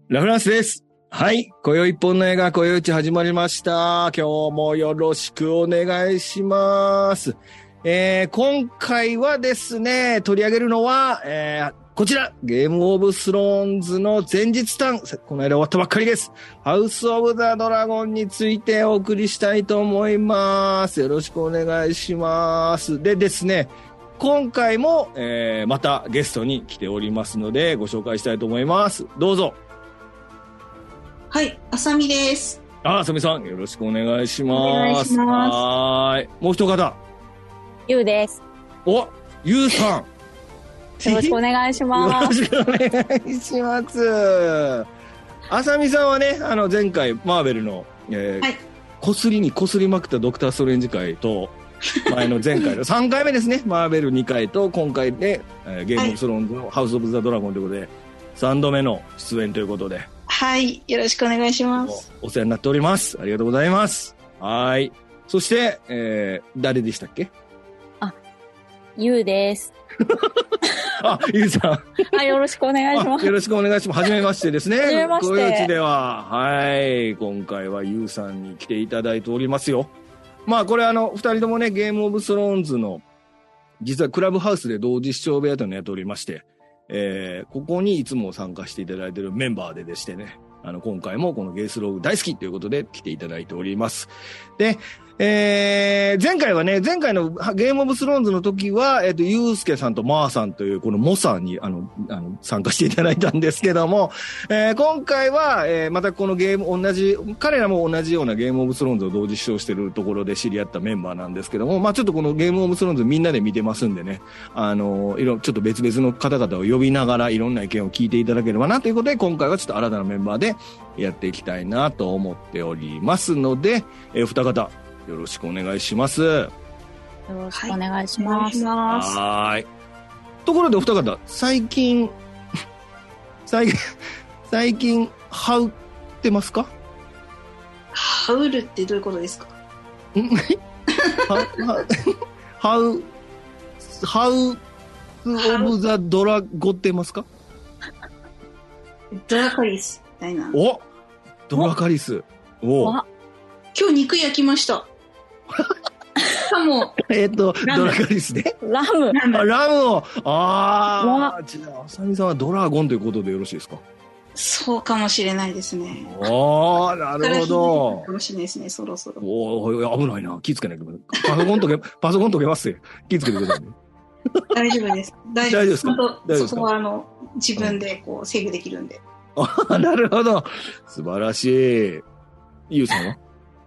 ラフランスです。はい。今宵一本の映画、今宵一始まりました。今日もよろしくお願いします。今回はですね、取り上げるのは、こちら、ゲームオブスローンズの前日談、この間終わったばっかりです。ハウスオブザドラゴンについてお送りしたいと思います。よろしくお願いします。でですね、今回も、またゲストに来ておりますので、ご紹介したいと思います。どうぞ。 はい、あさみです。 あさみさん、よろしくお願いします。 お願いします。 はい。もう一方。 ゆうです。 お、ゆうさん。 よろしくお願いします。 よろしくお願いします。あさみさんはね、前回、マーベルの、はい、こすりにこすりまくったドクターストレンジ回と、前の前回の3回目ですね、マーベル2回と、今回で、ゲームオブスローンズのハウスオブザドラゴンということで、3度目の出演ということで。 はい、よろしくお願いします。 お世話になっております。ありがとうございます。はい。そして、誰でしたっけ？ ゆうです。 ゆうさん。よろしくお願いします。 よろしくお願いします。はじめましてですね。 はじめまして。 こういううちでは、はい。今回はゆうさんに来ていただいておりますよ。まあ、これ二人ともね、ゲームオブスローンズの、実はクラブハウスで同時視聴部屋というのをやっておりまして、ここにいつも参加していただいているメンバーでしてね、今回もこのゲースローグ大好きということで来ていただいております。で、前回のゲームオブスローンズの時は、ゆうすけさんとまーさんというこのモさんに、参加していただいたんですけども、今回は、またこのゲーム彼らも同じようなゲームオブスローンズを同時視聴しているところで知り合ったメンバーなんですけども、まあちょっとこのゲームオブスローンズみんなで見てますんでね、ちょっと別々の方々を呼びながらいろんな意見を聞いていただければなということで、今回はちょっと新たなメンバーでやっていきたいなと思っておりますので、二方、よろしくお願いします。よろしくお願いします。 はい。ところでお二方、最近、ハウってますか？ ハウるってどういうことですか？ ハウオブザドラゴってますか？ ドラカリスみたいな。 お、ドラカリス。お。 今日肉焼きました。しかもドラカリスね。 ラムを。じゃあ、あさみさんはドラゴンということでよろしいですか？ そうかもしれないですね。 なるほど。 かもしれないですね、そろそろ。 危ないな。気ぃつけないと。パソコン溶けますよ。気ぃつけてくださいね。 大丈夫です。大丈夫ですか？そこは自分でこうセーブできるんで。 なるほど。素晴らしい。ゆうさんは？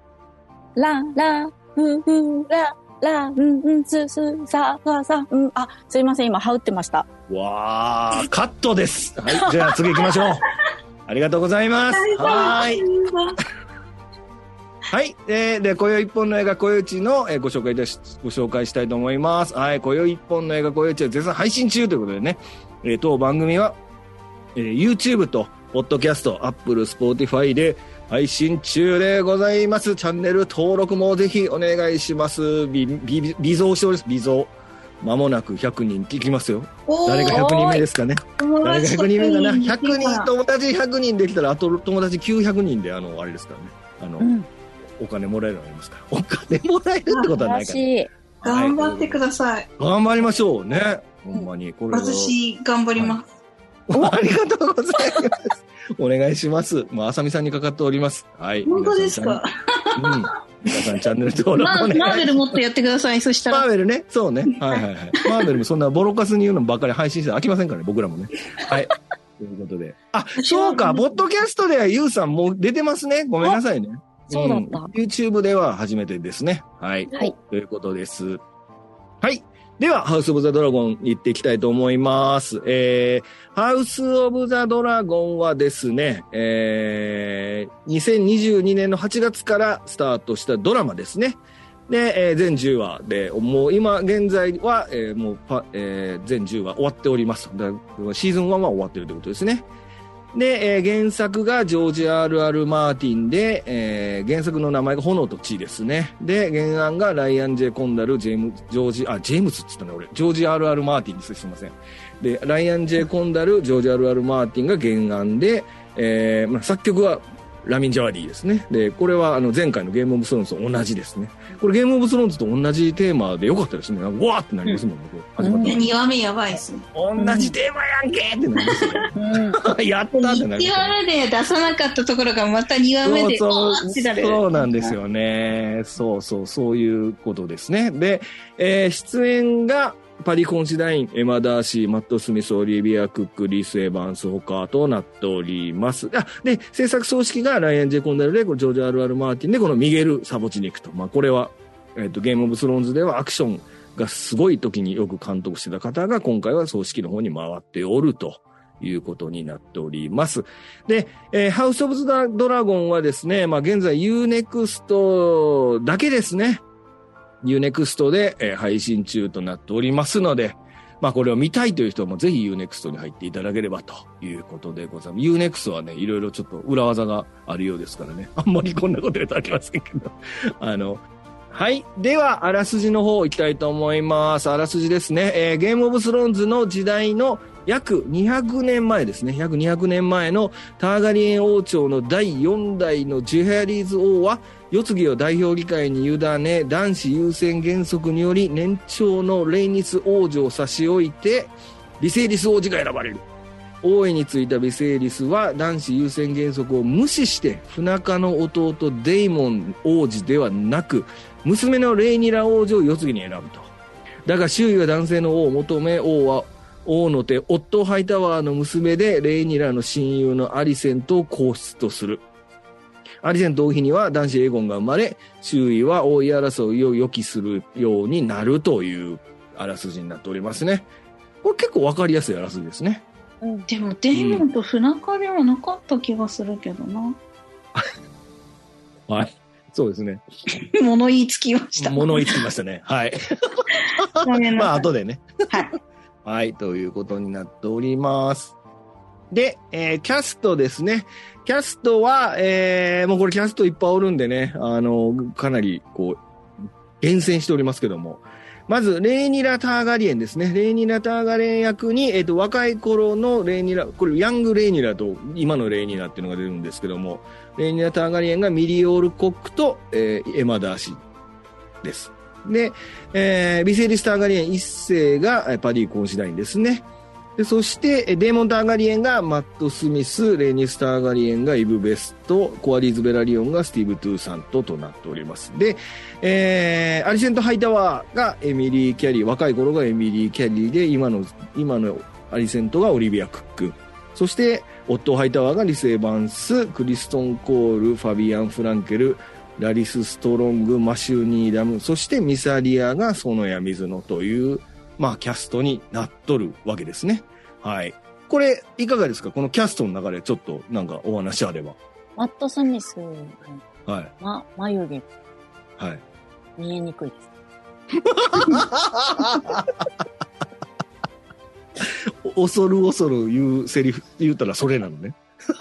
すいません、今、羽打ってました。 わー、カットです。はい、じゃあ次行きましょう。ありがとうございます。はい。はい。で、今宵一本の映画、今宵一の、ご紹介したいと思います。はい。今宵一本の映画、今宵一は絶賛配信中ということでね、当番組は、YouTube と、ポッドキャスト、Apple、Spotify で配信中でございます。チャンネル登録もぜひお願いします。微増しております。微増。まもなく100人っていきますよ。誰が100人目ですかね。誰が100人目かな。100人、友達100人できたら、あと友達900人で、あれですからね。お金もらえるのありますから。お金もらえるってことはないから。 頑張ってください。 頑張りましょうね。ほんまに。 私、頑張ります。 ありがとうございます。お願いします。あさみさんにかかっております。はい。 本当ですか？ 皆さんチャンネル登録お願いします。 マーベルもっとやってください。そしたら。 マーベルね。そうね。はい。マーベルもそんなボロカスに言うのばっかり配信して飽きませんからね、僕らもね。はい。ということで。そうか。ポッドキャストではゆうさんもう出てますね。ごめんなさいね。 そうだった。 YouTube では初めてですね。はい。ということです。はい。では、ハウスオブザドラゴンに行っていきたいと思います。ハウスオブザドラゴンはですね、2022年の8月からスタートしたドラマですね。で、全10話で、もう今現在は、全10話終わっております。だからシーズン1は終わってるということですね。で、原作がジョージ R.R. マーティンで、原作の名前が炎と地ですね。で、原案がライアン・ジェ・コンダル、ジェームスっつったね、俺。ジョージ R.R. マーティンです。すいません。で、ライアン・ジェ・コンダル、ジョージ R.R. マーティンが原案で、 作曲はラミン・ジャワディですね。で、これは前回のゲームオブスローンズと同じですね。これゲームオブスローンズと同じテーマでよかったですね。なんかわーってなりますもんね。始まった。 2話目やばいっすね。 同じテーマやんけってなりますよ。やったってなります 1話目で出さなかったところがまた2話目でそうなんですよね。そういうことですね。で、出演がパリ・コンシダイン、エマ・ダーシー、マット・スミス、オリビア・クック、リース・エヴァンス、他となっております。で、制作総指揮がライアン・ジェコンダルで、これジョージ・R.R. マーティンで、このミゲル・サボチニクと。これは、ゲームオブスローンズではアクションがすごい時によく監督してた方が、今回は総指揮の方に回っておるということになっております。で、ハウス・オブ・ザ・ドラゴンはですね、現在 Unext だけですね。Unext で、配信中となっておりますので、これを見たいという人もぜひ Unext に入っていただければということでございます。Unext はね、いろいろちょっと裏技があるようですからね。あんまりこんなこと言うとあきませんけど。はい。では、あらすじの方行きたいと思います。あらすじですね。ゲームオブスローンズの時代の約200年前ですね。約200年前のターガリエン王朝の第4代のジュヘアリーズ王は、世継ぎを代表議会に委ね、男子優先原則により年長のレイニス王女を差し置いて、ビセイリス王子が選ばれる。王位についたビセイリスは男子優先原則を無視して、不仲の弟デイモン王子ではなく、娘のレイニラ王女を世継ぎに選ぶと。だが周囲は男性の王を求め、王は王の手、オットーハイタワーの娘でレイニラの親友のアリセントを皇室とする。アリセント王妃には男子エゴンが生まれ、周囲は王位争いを予期するようになるというあらすじになっておりますね。これ結構わかりやすいあらすじですね。 でもデイモンと不仲ではなかった気がするけどな。 はい。そうですね。 物言いつきました。 物言いつきましたね。はい。後でね。 はい。 はい、ということになっております。で、キャストですね。キャストは、もうこれキャストいっぱいおるんでね、かなり、厳選しておりますけども。まず、レイニラ・ターガリエンですね。レイニラ・ターガリエン役に、若い頃のレイニラ、これ、ヤング・レイニラと、今のレイニラっていうのが出るんですけども、レイニラ・ターガリエンがミリオール・コックと、エマ・ダーシーです。で、ビセイリス・ターガリエン一世がパリー・コンシダインですね。で、そして、デーモン・ターガリエンがマット・スミス、レイニス・ターガリエンがイブ・ベスト、コアリーズ・ベラリオンがスティーブ・トゥーサントとなっております。で、アリセント・ハイタワーがエミリー・キャリー、若い頃がエミリー・キャリーで、今のアリセントがオリビア・クック。そして、オットー・ハイタワーがリス・エヴァンス、クリストン・コール、ファビアン・フランケル、ラリス・ストロング、マシュー・ニーダム、そしてミサリアが園谷水野という、キャストになっとるわけですね。はい。これ、いかがですか？このキャストの中でちょっとなんかお話あれば。 マット・スミスの、 はい。 眉毛。 はい。 見えにくいです。 恐る恐る言うセリフ言ったらそれなのね。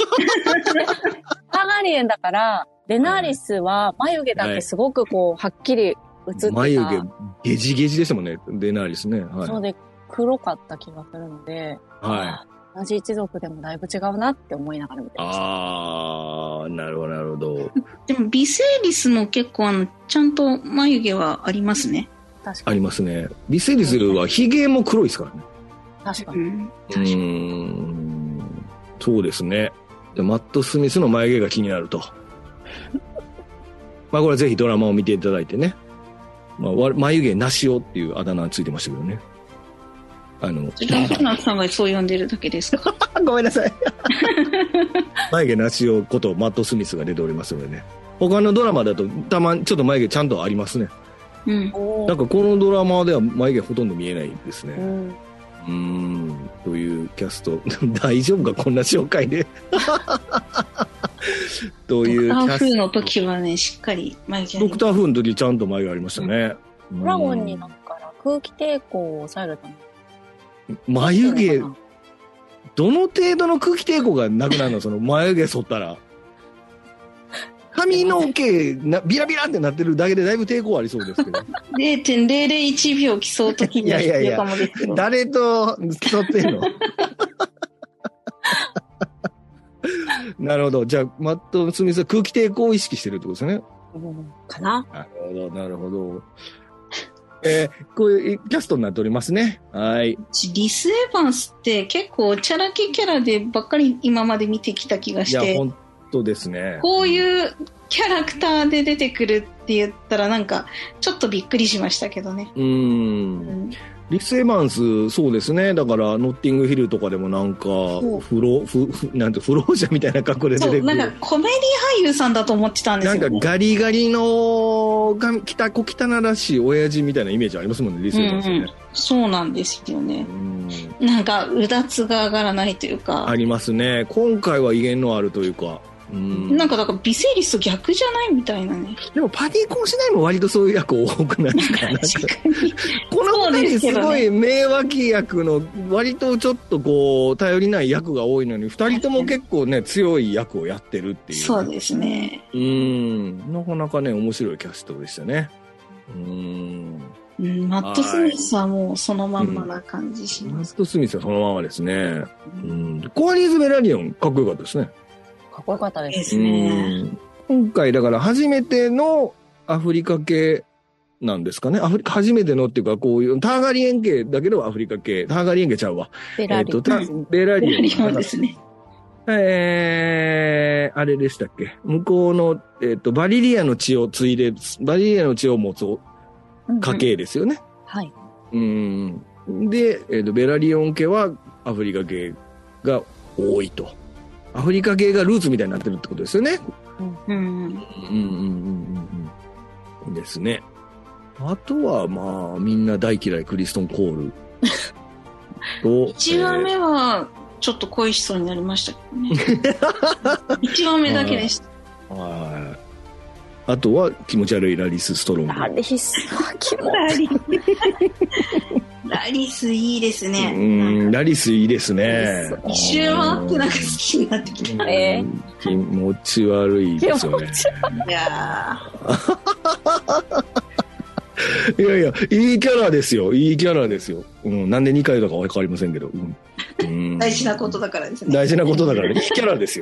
ターガリエンだから、デナーリスは眉毛だけすごくはっきり映ってた。 眉毛ゲジゲジでしたもんね、デナーリスね。はい。 そうで、黒かった気がするので、 はい。 同じ一族でもだいぶ違うなって思いながら見てました。 あー、なるほど、なるほど。 でも、ビセイリスも結構ちゃんと眉毛はありますね。 確かに。 ありますね。ビセイリスは髭も黒いですからね。 確かに。 そうですね。で、マット・スミスの眉毛が気になると。これはぜひドラマを見ていただいてね。眉毛なしおっていうあだ名がついてましたけどね。 ジナさんがそう呼んでるだけですか？ ごめんなさい。眉毛なしおことマット・スミスが出ておりますのでね。他のドラマだとたまにちょっと眉毛ちゃんとありますね。 うん。 なんかこのドラマでは眉毛ほとんど見えないですね。というキャスト。大丈夫かこんな紹介で。というキャスト。 ドクター・フーの時はね、しっかり眉毛ありました。 ドクター・フーの時ちゃんと眉毛ありましたね。 ドラゴンになるから空気抵抗を抑えるため。 眉毛、どの程度の空気抵抗がなくなるの？その眉毛剃ったら。髪の毛ビラビラってなってるだけでだいぶ抵抗ありそうですけど。 0.001 秒競うときには必要かもですけど。 誰と競ってんの？ なるほど。じゃあ、マット・スミスは空気抵抗を意識してるってことですね。 かな。 なるほど、なるほど。こういうキャストになっておりますね。はい。 リス・エヴァンスって結構チャラ系キャラでばっかり今まで見てきた気がして。 いや、本当ですね。 こういうキャラクターで出てくるって言ったらなんかちょっとびっくりしましたけどね。 リス・エヴァンス、そうですね。だから、ノッティングヒルとかでもなんか、不老者みたいな格好で出てくる。 そう、なんかコメディ俳優さんだと思ってたんですよね。 なんかガリガリの、小汚らしい親父みたいなイメージありますもんね、リス・エヴァンスね。 そうなんですよね。なんか、うだつが上がらないというか。 ありますね。今回は威厳のあるというか。 なんかだから美声率と逆じゃないみたいなね。 でもパティ・コンシナイも割とそういう役多くないですか？なんかこの二人すごい名脇役の割とちょっとこう頼りない役が多いのに、二人とも結構ね強い役をやってるっていう。 そうですね。 なかなかね面白いキャストでしたね。 マット・スミスはもうそのまんまな感じします。 マット・スミスはそのままですね。コアニーズ・ベラリオンかっこよかったですね。 かっこよかったですね。 今回だから初めてのアフリカ系なんですかね。初めてのっていうかこういうターガリエン系だけどアフリカ系。ターガリエン系ちゃうわ。 ベラリオン。 ベラリオンですね。 あれでしたっけ。向こうのバリリアの血を継いでバリリアの血を持つ家系ですよね。 はい。 でベラリオン家はアフリカ系が多いと。アフリカ系がルーツみたいになってるってことですよね。ですね。あとはまあみんな大嫌いクリストン・コールと 1話目はちょっと恋しそうになりましたけどね。1話目だけでした。 あとは気持ち悪いラリス・ストロング。 ラリスは気持ち悪い。 ラリスいいですね。 ラリスいいですね。 一周回ってなんか好きになってきた。 気持ち悪いですよね。 いやいやいや、いいキャラですよ。いいキャラですよ。なんで2回とかは変わりませんけど。 大事なことだからですね。 大事なことだからね。いいキャラですよ。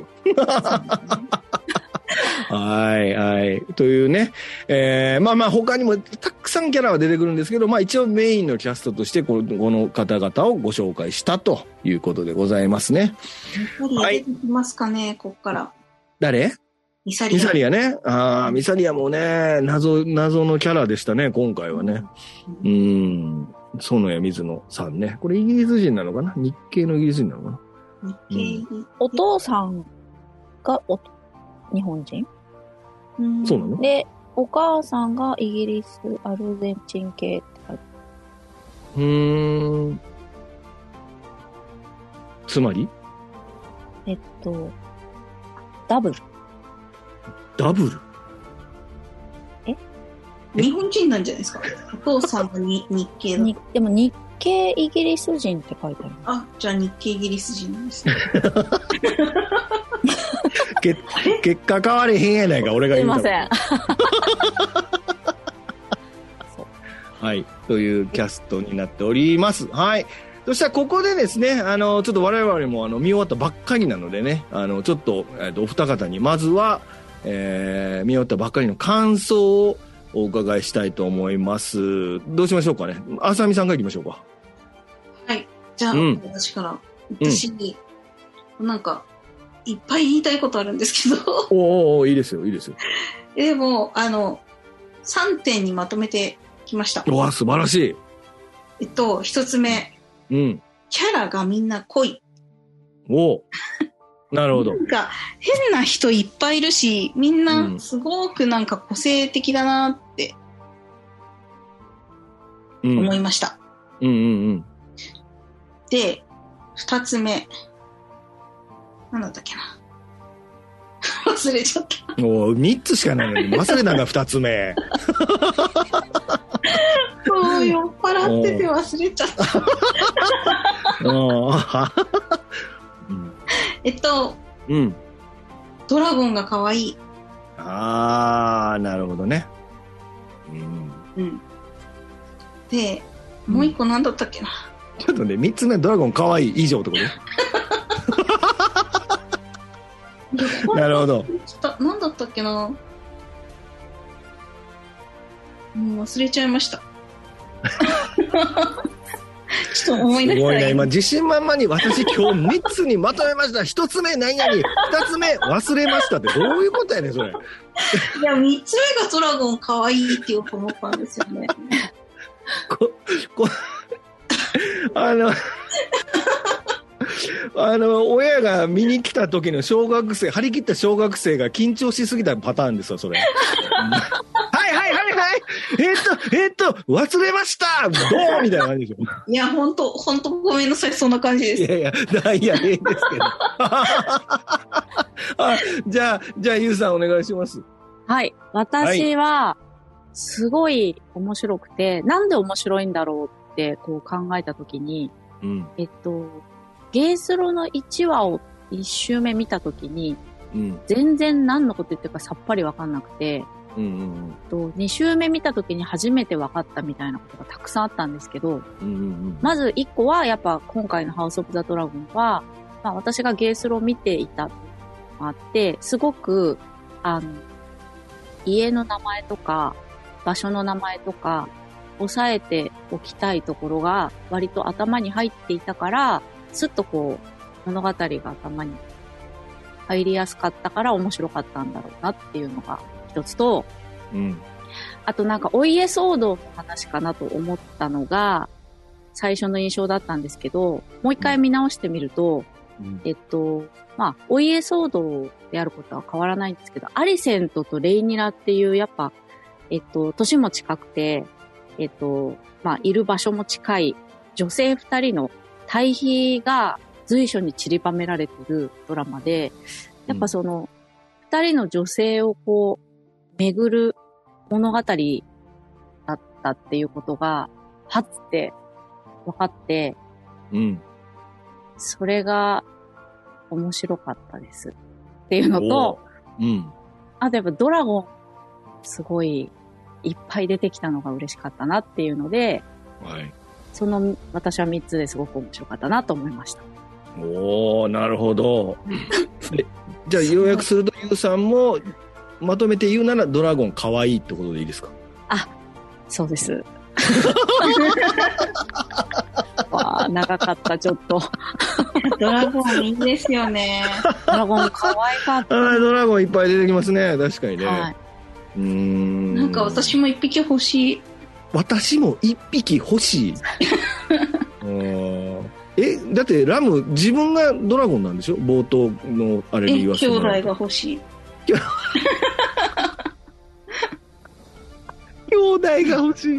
はい。というね。まあ他にもたくさんキャラは出てくるんですけど、まあ一応メインのキャストとしてこの方々をご紹介したということでございますね。 はい。出てきますかね、こっから。 誰？ミサリアね。ミサリアもね、謎のキャラでしたね、今回はね。園谷水野さんね。これイギリス人なのかな？日系のイギリス人なのかな？ お父さんが日本人？ そうなの？ で、お母さんがイギリス、アルゼンチン系って書いてある。 つまり？ ダブル。 日本人なんじゃないですか？お父さんが日系だ。 でも日系イギリス人って書いてある。 じゃあ日系イギリス人なんですね。 結果変われへんやないか、俺が言うた。 すいません。 はい。というキャストになっております。はい。そしたらここでですね、ちょっと我々も見終わったばっかりなのでね、ちょっと、お二方にまずは、見終わったばっかりの感想をお伺いしたいと思います。どうしましょうかね。あさみさんからいきましょうか。 はい。じゃあ、私から。私に、なんか、いっぱい言いたいことあるんですけど。 いいですよ、いいですよ。 でも、3点にまとめてきました。 わ、素晴らしい。 1つ目。キャラがみんな濃い。 なるほど。 なんか、変な人いっぱいいるし、みんなすごくなんか個性的だなって思いました。で、2つ目。なんだったっけな。忘れちゃった。 3つしかないのに忘れたんだ、2つ目。 酔っ払ってて忘れちゃった。ドラゴンが可愛い。 なるほどね。 で、もう一個なんだったっけな。 ちょっとね、3つ目ドラゴン可愛い以上ってこと？ なるほど。 何だったっけな。もう忘れちゃいました。ちょっと思い出したらいい。 すごいね。今、自信満々に私今日3つにまとめました。1つ目何々、2つ目忘れましたってどういうことやねん、それ。 いや、3つ目がドラゴン可愛いって言おうと思ったんですよね。 親が見に来た時の張り切った小学生が緊張しすぎたパターンですよ、それ。はい。忘れましたどうみたいな感じでしょ。 いや、ほんとごめんなさい、そんな感じです。 いや、いいですけど。じゃあ、ゆうさんお願いします。 はい。私は、すごい面白くて、なんで面白いんだろうってこう考えたときに、ゲースロの1話を1周目見たときに、全然何のこと言ってるかさっぱりわかんなくて、2周目見たときに初めて分かったみたいなことがたくさんあったんですけど、まず1個はやっぱ今回のハウスオブザドラゴンは、私がゲースロを見ていたのがあって、すごく、家の名前とか、場所の名前とか、押さえておきたいところが割と頭に入っていたから、すっとこう、物語が頭に入りやすかったから面白かったんだろうなっていうのが一つと、あとなんかお家騒動の話かなと思ったのが最初の印象だったんですけど、もう一回見直してみると、お家騒動であることは変わらないんですけど、アリセントとレイニラっていうやっぱ、年も近くて、いる場所も近い女性2人の対比が随所に散りばめられているドラマで、やっぱその2人の女性をこう巡る物語だったっていうことがはって分かって、それが面白かったですっていうのと、あとやっぱドラゴンすごいいっぱい出てきたのが嬉しかったなっていうので、私は3つですごく面白かったなと思いました。 おー、なるほど。じゃあ要約すると、ゆうさんもまとめて言うならドラゴン可愛いってことでいいですか？ そうです。長かった、ちょっと。 ドラゴンいいですよね。 ドラゴン可愛かった。 ドラゴンいっぱい出てきますね。確かにね。 なんか私も一匹欲しい。 私も一匹欲しい。だってラム自分がドラゴンなんでしょ？冒頭のあれに言わせてもらうと。 兄弟が欲しい。 兄弟が欲しい。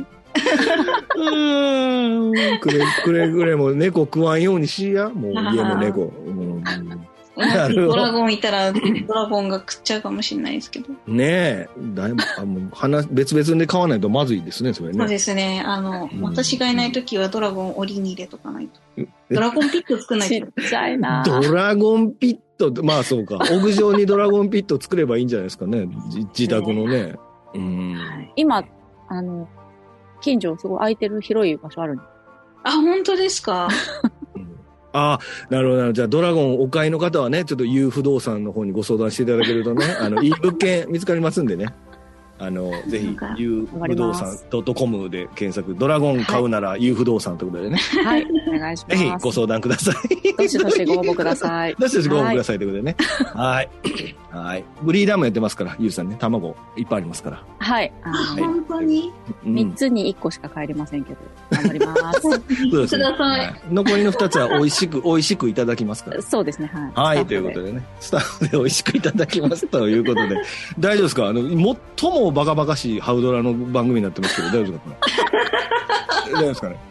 くれぐれも猫食わんようにしや。もう家の猫。 ドラゴンいたらドラゴンが食っちゃうかもしれないですけど。 ねえ、だいぶ別々で買わないとまずいですね、それね。 そうですね。私がいないときはドラゴン檻に入れとかないと。ドラゴンピット作らないと。 ちっちゃいな。 ドラゴンピット、まあそうか。屋上にドラゴンピット作ればいいんじゃないですかね。自宅のね。 今、近所すごい空いてる広い場所あるんで。 本当ですか？ なるほど。じゃあ、ドラゴンお買いの方はね、ちょっと U 不動産の方にご相談していただけるとね、いい物件見つかりますんでね。ぜひ、U 不動産 .com で検索、ドラゴン買うなら U 不動産ということでね。 はい、お願いします。 ぜひご相談ください。 どしどしご応募ください。 どしどしご応募くださいということでね。はい。ブリーダーもやってますから、ゆうさんね、卵いっぱいありますから。 はい。 本当に 3つに1個しか帰りませんけど、頑張ります。 そうですね。残りの2つは美味しくいただきますから。 そうですね。 はい。ということでね、スタッフで美味しくいただきますということで、大丈夫ですか？最もバカバカしいハウドラの番組になってますけど、大丈夫ですか？大丈夫ですかね？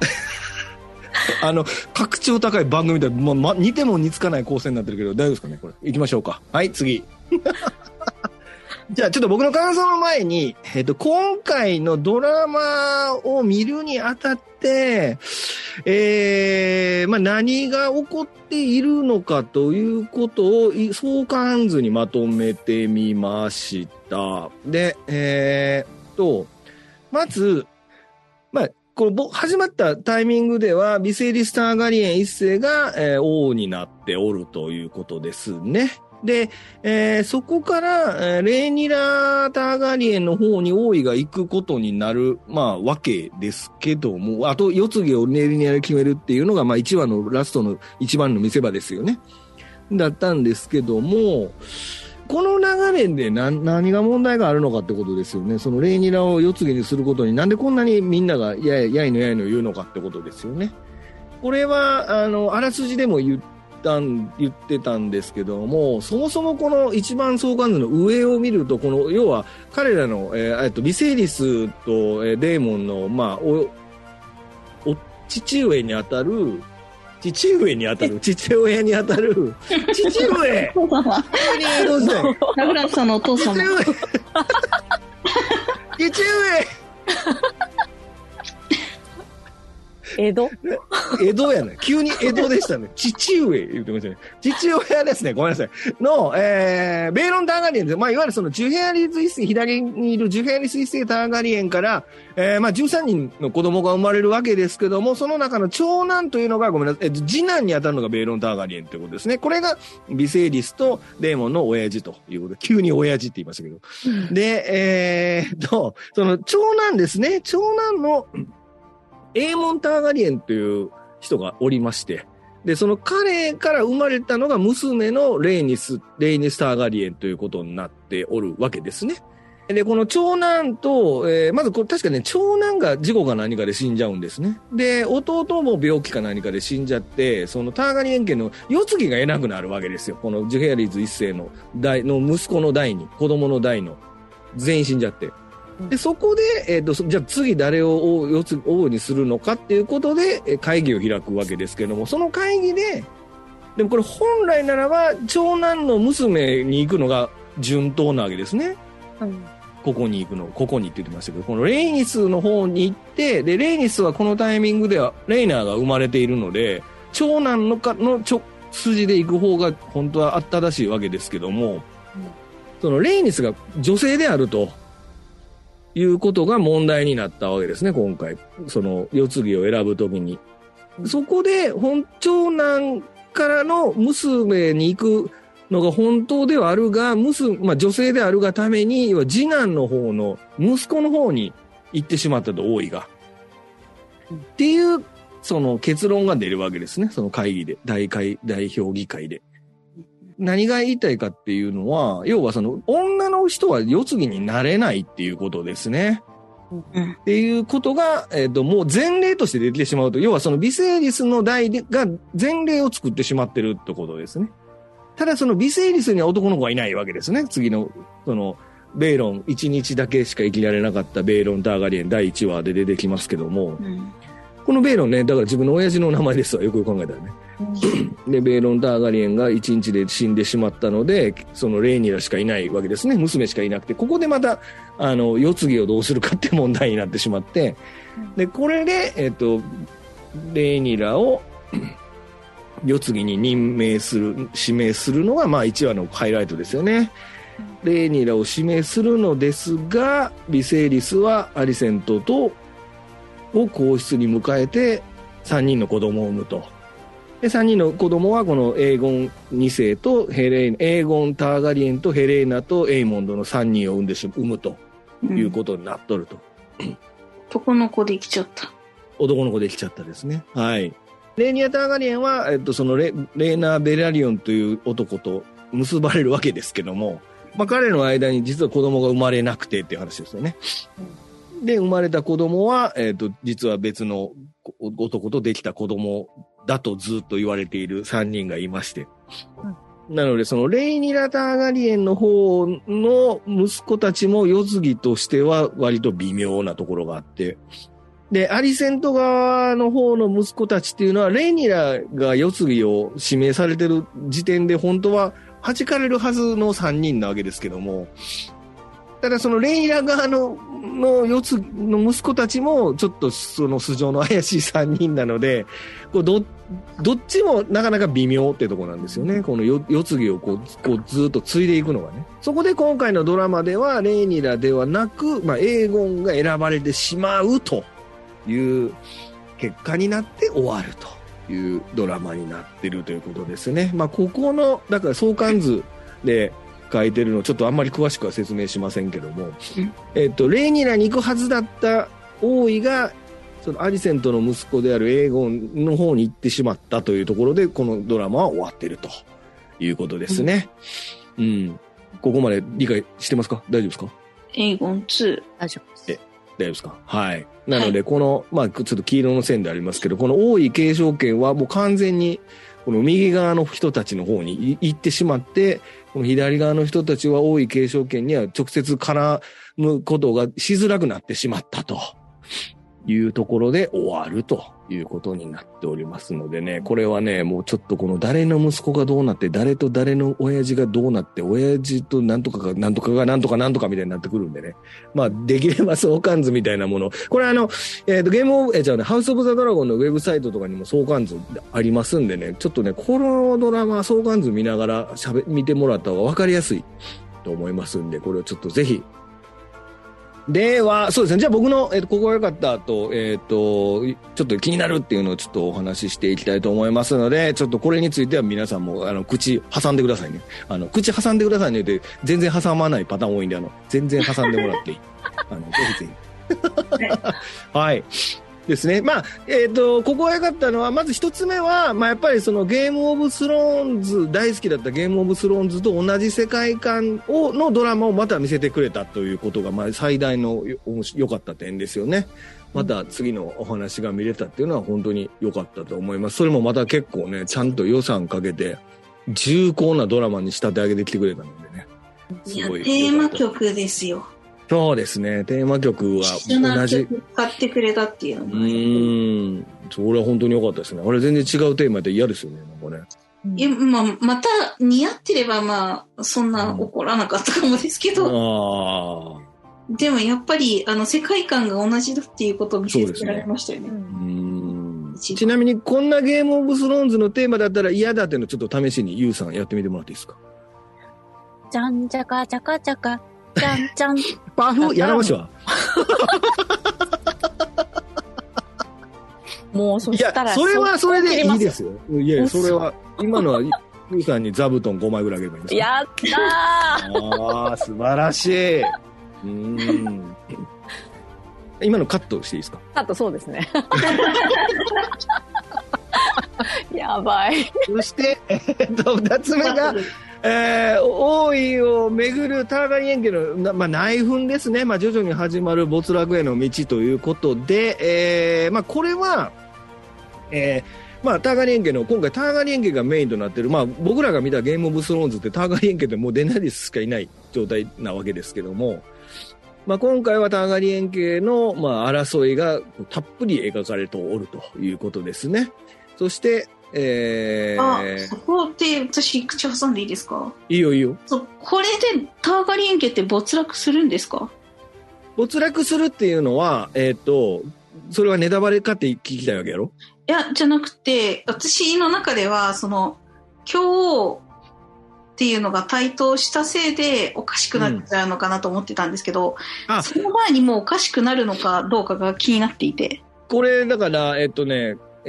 格調高い番組で、似ても似つかない構成になってるけど、大丈夫ですかね？これ。行きましょうか。はい、次。じゃあ、ちょっと僕の感想の前に、今回のドラマを見るにあたって、何が起こっているのかということを相関図にまとめてみました。で、まず、この始まったタイミングでは、ビセリス・ターガリエン一世が、王になっておるということですね。 で、そこから、レーニラ・ターガリエンの方に王位が行くことになる、わけですけども、あと、世継ぎをレーニラで決めるっていうのが、1話のラストの一番の見せ場ですよね。だったんですけども、この流れで何が問題があるのかってことですよね。そのレーニラを世継ぎにすることになんでこんなにみんながやいの言うのかってことですよね。これは、あらすじでも言ってたんですけども、そもそもこの一番相関図の上を見ると、この、要は彼らの、ビセイリスと、デーモンの、父親にあたる、父親にあたる父上ラグランさんのお父様父上江戸やね。急に江戸でしたね。父上言ってましたね。父親ですね。ごめんなさい。の、ベーロン・ターガリエンで、いわゆるそのジュヘアリス一世、左にいるジュヘアリス一世ターガリエンから、13人の子供が生まれるわけですけども、その中の長男というのが、ごめんなさい、次男に当たるのがベーロン・ターガリエンということですね。これがビセイリスとデーモンの親父ということで、急に親父って言いましたけど。で、その長男ですね。長男の、エーモン・ターガリエンという人がおりまして、で、その彼から生まれたのが娘のレイニス・ターガリエンということになっておるわけですね。で、この長男と、まずこれ確かね、長男が事故か何かで死んじゃうんですね。で、弟も病気か何かで死んじゃって、そのターガリエン家の世継ぎが得なくなるわけですよ。このジュヘアリーズ一世の息子の代に、子供の代の、全員死んじゃって。で、そこで、じゃあ次誰を王にするのかっていうことで、会議を開くわけですけども、その会議で、でもこれ本来ならば、長男の娘に行くのが順当なわけですね。ここにって言ってましたけど、このレイニスの方に行って、で、レイニスはこのタイミングでは、レイナーが生まれているので、長男の筋で行く方が本当は正しいわけですけども、そのレイニスが女性であると、いうことが問題になったわけですね、今回。その、世継ぎを選ぶときに。そこで、長男からの娘に行くのが本当ではあるが、女性であるがために、次男の方の、息子の方に行ってしまったと、王位が。っていう、その結論が出るわけですね、その会議で、代表議会で。何が言いたいかっていうのは、要はその女の人は世継ぎになれないっていうことですね。っていうことが、もう前例として出てしまうと、要はそのビセイリスの代が前例を作ってしまってるってことですね。ただそのビセイリスには男の子はいないわけですね。次の、その、ベーロン、1日だけしか生きられなかったベーロン・ターガリエン第1話で出てきますけども、このベーロンね、だから自分の親父の名前ですわ、よく考えたらね。で、ベーロン・ターガリエンが1日で死んでしまったので、そのレイニラしかいないわけですね。娘しかいなくて、ここでまた、世継ぎをどうするかって問題になってしまって、で、これで、レイニラを世継ぎに指名するのが、1話のハイライトですよね。レイニラを指名するのですが、ビセイリスはアリセントを皇室に迎えて3人の子供を産むと。で、3人の子供はこのエーゴン2世とエーゴン・ターガリエンとヘレーナとエイモンドの3人を産むということになっとると。 男の子できちゃった。 男の子できちゃったですね。はい。レーニア・ターガリエンは、そのレーナー・ベラリオンという男と結ばれるわけですけども、彼の間に実は子供が生まれなくてっていう話ですよね。で、生まれた子供は、実は別の男とできた子供だとずっと言われている3人がいまして。なので、そのレイニラ・ターガリエンの方の息子たちも世継ぎとしては割と微妙なところがあって、で、アリセント側の方の息子たちっていうのは、レイニラが世継ぎを指名されてる時点で本当は弾かれるはずの3人なわけですけども、ただそのレイニラ側の息子たちもちょっとその素性の怪しい3人なので、こうどっちもなかなか微妙ってとこなんですよね。この世継ぎをこうずっと継いでいくのがね。そこで今回のドラマではレイニラではなく、エーゴンが選ばれてしまうという結果になって終わるというドラマになってるということですね。ここのだから相関図で書いてるの、ちょっとあんまり詳しくは説明しませんけども、レイニラに行くはずだった王位が、そのアリセントの息子であるエーゴンの方に行ってしまったというところで、このドラマは終わってるということですね。うん。ここまで理解してますか？大丈夫ですか？ エーゴン2。 大丈夫です。 大丈夫ですか？はい。なので、この、まあ、ちょっと黄色の線でありますけど、この王位継承権はもう完全に、この右側の人たちの方に行ってしまって、この左側の人たちは王位継承権には直接絡むことがしづらくなってしまったというところで終わるということになっておりますのでね、これはね、もうちょっとこの誰の息子がどうなって、誰と誰の親父がどうなって、親父となんとかがなんとかがなんとかなんとかみたいになってくるんでね。まあ、できれば相関図みたいなもの。これゲームオブ、ハウスオブザドラゴンのウェブサイトとかにも相関図ありますんでね、ちょっとね、このドラマ相関図見ながら見てもらった方が分かりやすいと思いますんで、これをちょっとぜひ、では、そうですね。じゃあ僕の、ここが良かったと、ちょっと気になるっていうのをちょっとお話ししていきたいと思いますので、ちょっとこれについては皆さんも、口挟んでくださいね。口挟んでくださいねって、全然挟まないパターン多いんで、全然挟んでもらっていい。ぜひぜひ。はい。ですね。まあ、ここが良かったのは、まず一つ目は、まあ、やっぱりそのゲームオブスローンズ、大好きだったゲームオブスローンズと同じ世界観のドラマをまた見せてくれたということが、まあ、最大の良かった点ですよね。また次のお話が見れたっていうのは本当に良かったと思います。それもまた結構ね、ちゃんと予算かけて、重厚なドラマに仕立て上げてきてくれたのでね。 いや、テーマ曲ですよ。 そうですね。テーマ曲は同じ。 使ってくれたっていうのも。 それは本当に良かったですね。あれ全然違うテーマで嫌ですよね。なんかね。 いや、まあ、また似合ってればまあ、そんな怒らなかったかもですけど。でもやっぱり、世界観が同じだっていうことを見せつけられましたよね。 ちなみに、こんなゲームオブスローンズのテーマだったら嫌だっていうのをちょっと試しにユウさんやってみてもらっていいですか？ じゃんじゃかじゃかじゃか。じゃんじゃん。 パフやらましょう。もうそしたら。 いや、それはそれでいいですよ。いや、それは、今のは、ユウさんに座布団5枚ぐらいあげればいいんですか？ やったー！ああ、素晴らしい。今のカットしていいですか？ カット、そうですね。やばい。 そして、2つ目が、王位をめぐるターガリエン家の、まあ、内紛ですね。まあ、徐々に始まる没落への道ということで、まあ、これは、まあ、ターガリエン家の、今回ターガリエン家がメインとなっている、まあ、僕らが見たゲームオブスローンズってターガリエン家でもうデナリスしかいない状態なわけですけども、まあ、今回はターガリエン家の、まあ、争いがたっぷり描かれておるということですね。そして、 そこで私口挟んでいいですか？いいよいいよ。 これでターガリエン家って没落するんですか？ 没落するっていうのは、それはネタバレかって聞きたいわけやろ？ いや、じゃなくて、私の中では、今日っていうのが台頭したせいでおかしくなっちゃうのかなと思ってたんですけど、その前にもうおかしくなるのかどうかが気になっていて。 これ、だから、ド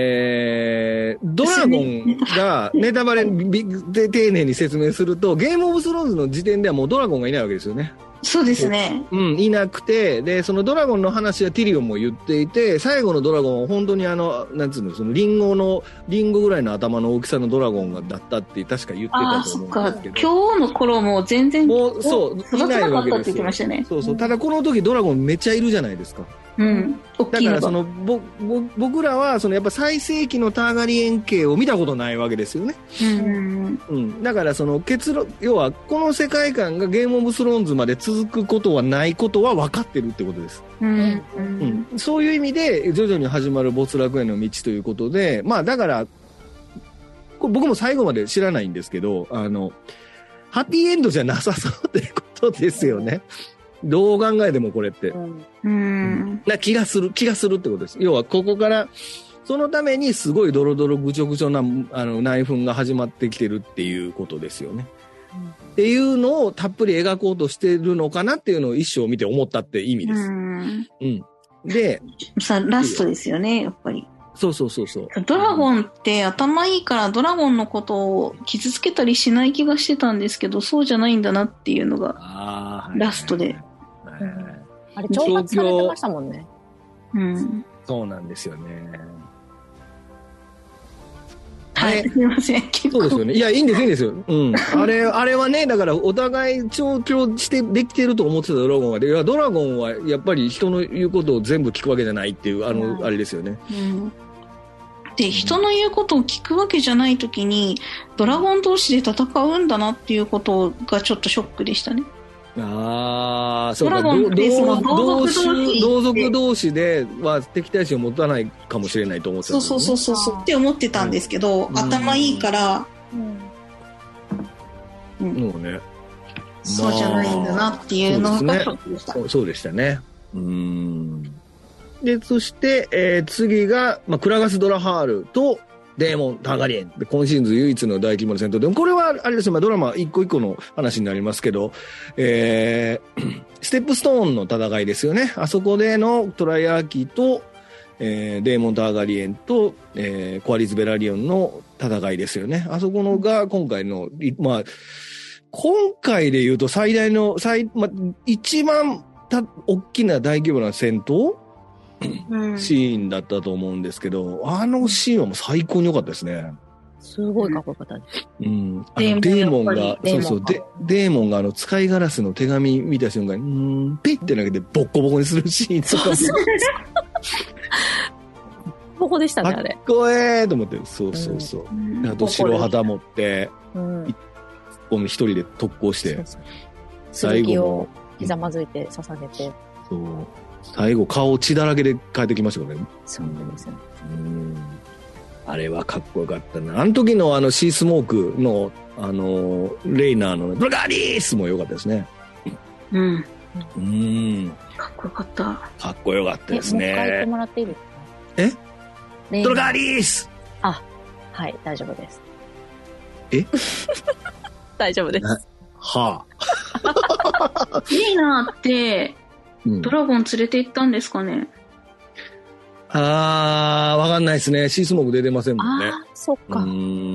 ラゴンがネタバレで丁寧に説明すると、ゲームオブスローンズの時点ではもうドラゴンがいないわけですよね。 そうですね。 いなくて、で、そのドラゴンの話はティリオンも言っていて、最後のドラゴンは本当になんつうの、そのリンゴぐらいの頭の大きさのドラゴンだったって確か言ってたと思うんですけど。 今日の頃も全然、 もう、そう、 育たなかったって言ってましたね。 そうそう。ただこの時ドラゴンめっちゃいるじゃないですか。だから僕らはやっぱ最盛期のターガリエン家を見たことないわけですよね。だから結論、要はこの世界観がゲームオブスローンズまで続くことはないことは分かってるってことです。そういう意味で徐々に始まる没落への道ということで、まあだから僕も最後まで知らないんですけど、ハッピーエンドじゃなさそうってことですよね。どう考えてもこれって。な気がするってことです。要はここから、そのためにすごいドロドロぐちょぐちょな内紛が始まってきてるっていうことですよね。っていうのをたっぷり描こうとしてるのかなっていうのを一生見て思ったって意味です。で、 ラストですよね、やっぱり。 そうそうそうそう。 ドラゴンって頭いいからドラゴンのことを傷つけたりしない気がしてたんですけど、そうじゃないんだなっていうのがラストで。 あれ、挑発されてましたもんね。 うん。 そうなんですよね。 はい、すみません。 そうですよね。いや、いいんですよ。うん。あれはね、だからお互い調教してできてると思ってたドラゴンが、いや、ドラゴンはやっぱり人の言うことを全部聞くわけじゃないっていう、あれですよね。 うん。で、人の言うことを聞くわけじゃないときに、ドラゴン同士で戦うんだなっていうことがちょっとショックでしたね。 ああ、そうか。 ドラゴンってその同族同士では敵対心を持たないかもしれないと思ってた、ね。 そうって思ってたんですけど、頭いいから、 もうね、 そうじゃないんだなっていうのがショックでした。 そうでしたね。で、そして、次が、クラガス・ドラハールとデーモン・ターガリエン。で、今シーズン唯一の大規模な戦闘で、これは、あれですよ、ドラマ一個一個の話になりますけど、ステップストーンの戦いですよね。あそこでのトライアーキーと、デーモン・ターガリエンと、コアリズ・ベラリオンの戦いですよね。あそこのが、今回の、今回で言うと最大の、一番大きな大規模な戦闘シーンだったと思うんですけど、あのシーンはもう最高に良かったですね。 すごいかっこよかったです。 デーモンが、デーモンが使いガラスの手紙見た瞬間に、ペッて投げてボッコボコにするシーンとか。 ボコでしたね、あれ。 かっこええと思って、そう。あと白旗持って、一人で特攻して、 最後をひざまずいて捧げて。 そう。最後顔血だらけで帰ってきましたからね。 そうですね。 あれはかっこよかったな。あの時のシースモークのレイナーのブラガーリースも良かったですね。 かっこよかった。 かっこよかったですね。 もう一回言ってもらっていいですか？ ブラガーリース。 はい、大丈夫です。大丈夫です。 はあ。レイナーって、ドラゴン連れて行ったんですかね？ わかんないですね。シースモーク出てませんもんね。 そっか。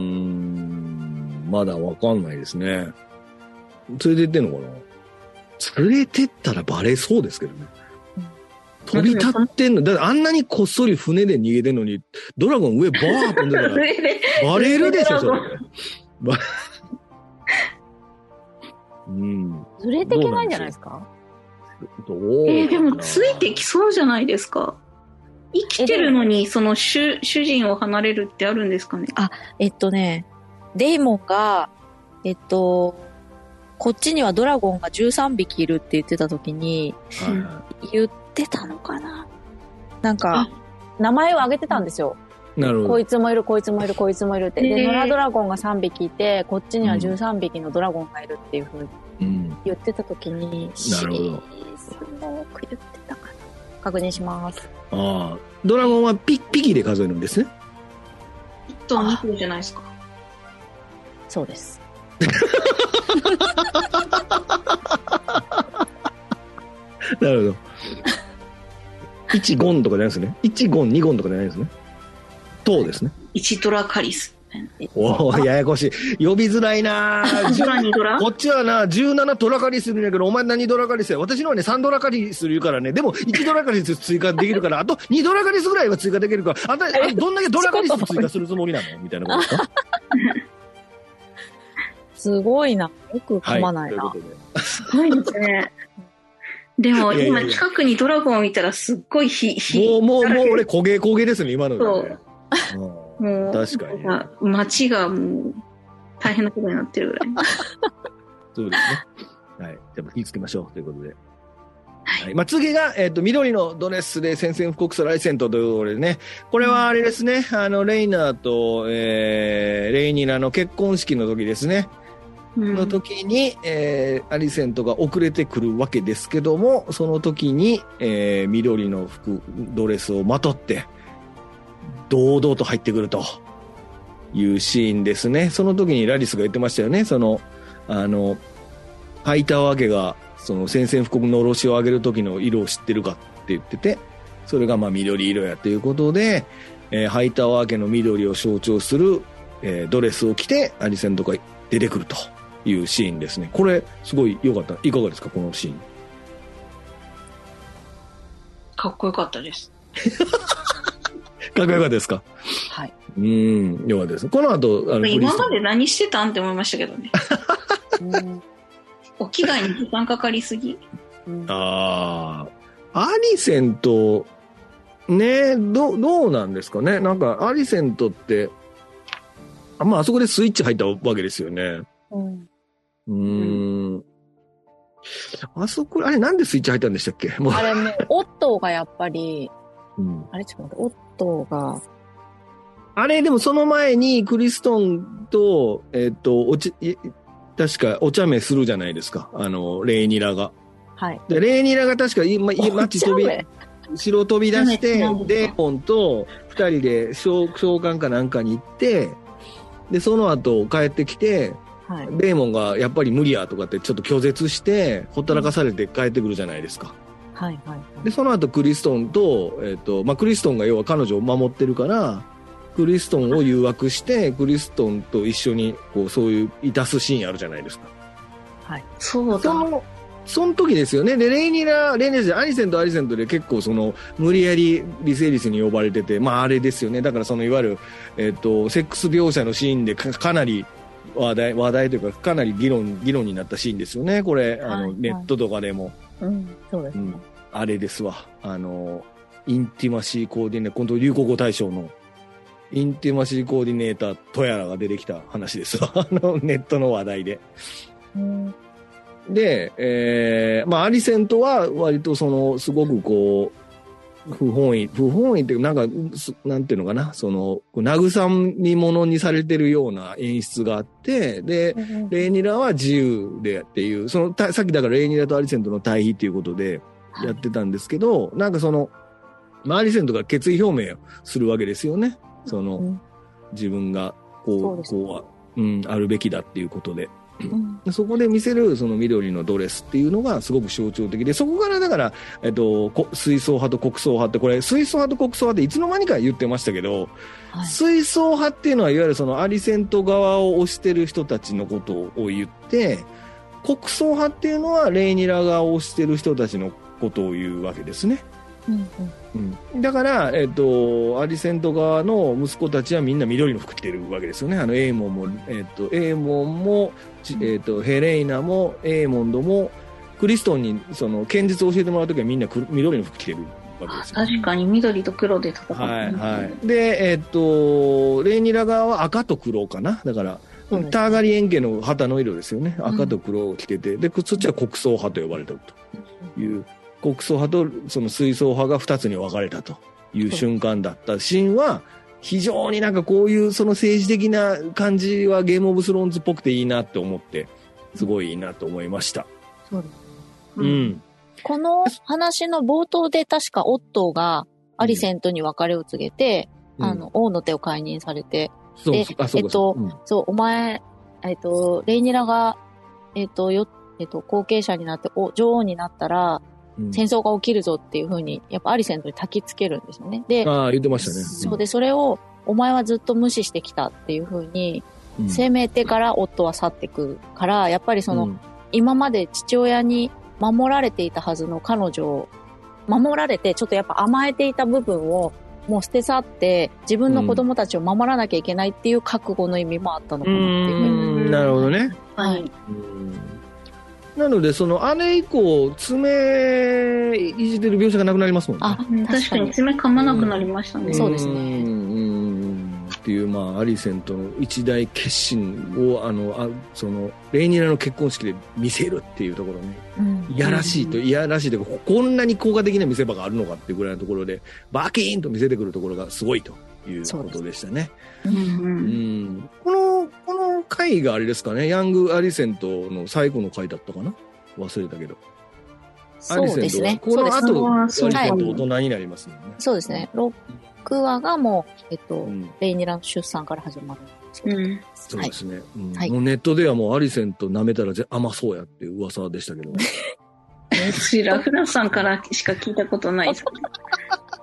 まだわかんないですね。連れて行ってんのかな？連れてったらバレそうですけどね。飛び立ってんの。だってあんなにこっそり船で逃げてんのに、ドラゴン上バーッ飛んでたら、バレるでしょ、それ。 連れていけないんじゃないですか？ でもついてきそうじゃないですか。生きてるのにその主人を離れるってあるんですかね？ デーモンがこっちにはドラゴンが13匹いるって言ってた時に、言ってたのかな、なんか名前を挙げてたんですよ。 なるほど。 こいつもいるこいつもいるこいつもいるって、で野良ドラゴンが3匹いてこっちには13匹のドラゴンがいるっていう風に言ってた時に、 なるほど。 言ってたかな。確認します。 ドラゴンはピキで数えるんですね。 1頭2頭じゃないですか。 そうです。 なるほど。1ゴンとかじゃないですね。1ゴン2ゴンとかじゃないですね。頭ですね。 1ドラカリス。 ややこしい。呼びづらいなこっちはな、17ドラカリスいるんやけど、お前何ドラカリスや。私のはね、3ドラカリスいるからね。でも、1ドラカリス追加できるから、あと2ドラカリスぐらいは追加できるから、あんた、どんだけドラカリス追加するつもりなのみたいなことですか？ すごいな。よく噛まないな。 すごいですね。でも、今近くにドラゴンを見たらすっごいもう俺焦げですね、今のでね。 もう確かに街がもう大変なことになってるぐらい。 そうですね。はい。じゃあ気をつけましょうということで。はい。次が緑のドレスで宣戦布告するアイセントということでね。これはあれですね。レイナーとレイニナの結婚式の時ですね。の時にアリセントが遅れてくるわけですけども、その時に緑のドレスをまとって。堂々と入ってくるというシーンですね。その時にラリスが言ってましたよね。ハイタワー家がその宣戦布告ののろしを上げる時の色を知ってるかって言ってて、 それがまあ緑色やということで、ハイタワー家の緑を象徴する、ドレスを着てアリセントが出てくるというシーンですね。これすごい良かった。いかがですか、このシーン。 かっこよかったです。 かっこよかったですか。 はい。 よかったです。この後今まで何してたんって思いましたけどね。お着替えに時間かかりすぎ。 アリセントね、どうなんですかね。なんかアリセントってまああそこでスイッチ入ったわけですよね。あそこあれなんでスイッチ入ったんでしたっけ。もうあれもうオットーがやっぱり、あれちょっと待って、オットーがあれでもその前にクリストンと確かお茶目するじゃないですか。レイニラが。はい。でレイニラが確か街城飛び出して、デーモンと二人で召喚かなんかに行って、で、その後帰ってきて、はい、デーモンがやっぱり無理やとかってちょっと拒絶して、ほったらかされて帰ってくるじゃないですか。はいはい、はい。で、その後クリストンと、クリストンが要は彼女を守ってるから、クリストンを誘惑して、クリストンと一緒に、こう、そういういたすシーンあるじゃないですか。はい。そうだ。その時ですよね。で、アリセントで結構無理やりリセリスに呼ばれてて、まああれですよね。だからいわゆる、セックス描写のシーンでかなり話題というか、かなり議論になったシーンですよね。これ、ネットとかでも。そうですね。あれですわ。インティマシーコーディネーター、今度流行語大賞のインティマシーコーディネータートヤラが出てきた話ですわ。ネットの話題で。で、アリセントは割とすごくこう、不本意っていうか、なんていうのかな、慰み物にされてるような演出があって、で、レイニラは自由でっていう、さっきだからレイニラとアリセントの対比っていうことでやってたんですけど、アリセントが決意表明をするわけですよね。自分がこうあるべきだっていうことで。そこで見せる緑のドレスっていうのがすごく象徴的で、そこからだから、水槽派と国槽派って、これ水槽派と国槽派っていつの間にか言ってましたけど、はい、水槽派っていうのはいわゆるアリセント側を推してる人たちのことを言って、国槽派っていうのはレイニラ側を推してる人たちのことを言うわけですね。だから、アリセント側の息子たちはみんな緑の服着てるわけですよね。エーモンも、ヘレイナも、エーモンドも、クリストンに剣術を教えてもらうときはみんな緑の服着てるわけですよ、ね。確かに緑と黒で戦って、はいはい。で、レイニラ側は赤と黒かな。だから、ターガリエン家の旗の色ですよね。赤と黒を着てて、で、そっちは国葬派と呼ばれてるという。国葬派と水槽派が2つに分かれたという瞬間だったシーンは、非常にこういう政治的な感じはゲームオブスローンズっぽくていいなって思って、すごいいいなと思いました。そうですね。 この話の冒頭で確かオットーがアリセントに別れを告げて、王の手を解任されて、で、お前、レイニラが、後継者になって女王になったら、戦争が起きるぞっていう風に、やっぱアリセントに焚きつけるんですよね。で、 言ってましたね。 そうで、それを、お前はずっと無視してきたっていう風に、責めてから夫は去ってくから、やっぱり今まで父親に守られていたはずの彼女を、守られて、ちょっとやっぱ甘えていた部分を、もう捨て去って、自分の子供たちを守らなきゃいけないっていう覚悟の意味もあったのかなっていう風に。 なるほどね。はい。なので、あれ以降、爪いじってる描写がなくなりますもんね。 確かに爪噛まなくなりましたね。 そうですね。 っていう、アリセントの一大決心を、レイニラの結婚式で見せるっていうところね。いやらしいというか、こんなに効果的な見せ場があるのかっていうぐらいのところで、バキーンと見せてくるところがすごいということでしたね。この回があれですかね、ヤングアリセントの最後の回だったかな、忘れたけど。 そうですね。 この後、アリセント大人になりますよね。 そうですね。6話がもう、レイニラの出産から始まるんですけど。 そうですね。もうネットではもうアリセント舐めたら甘そうやっていう噂でしたけど。 ラフナさんからしか聞いたことないです。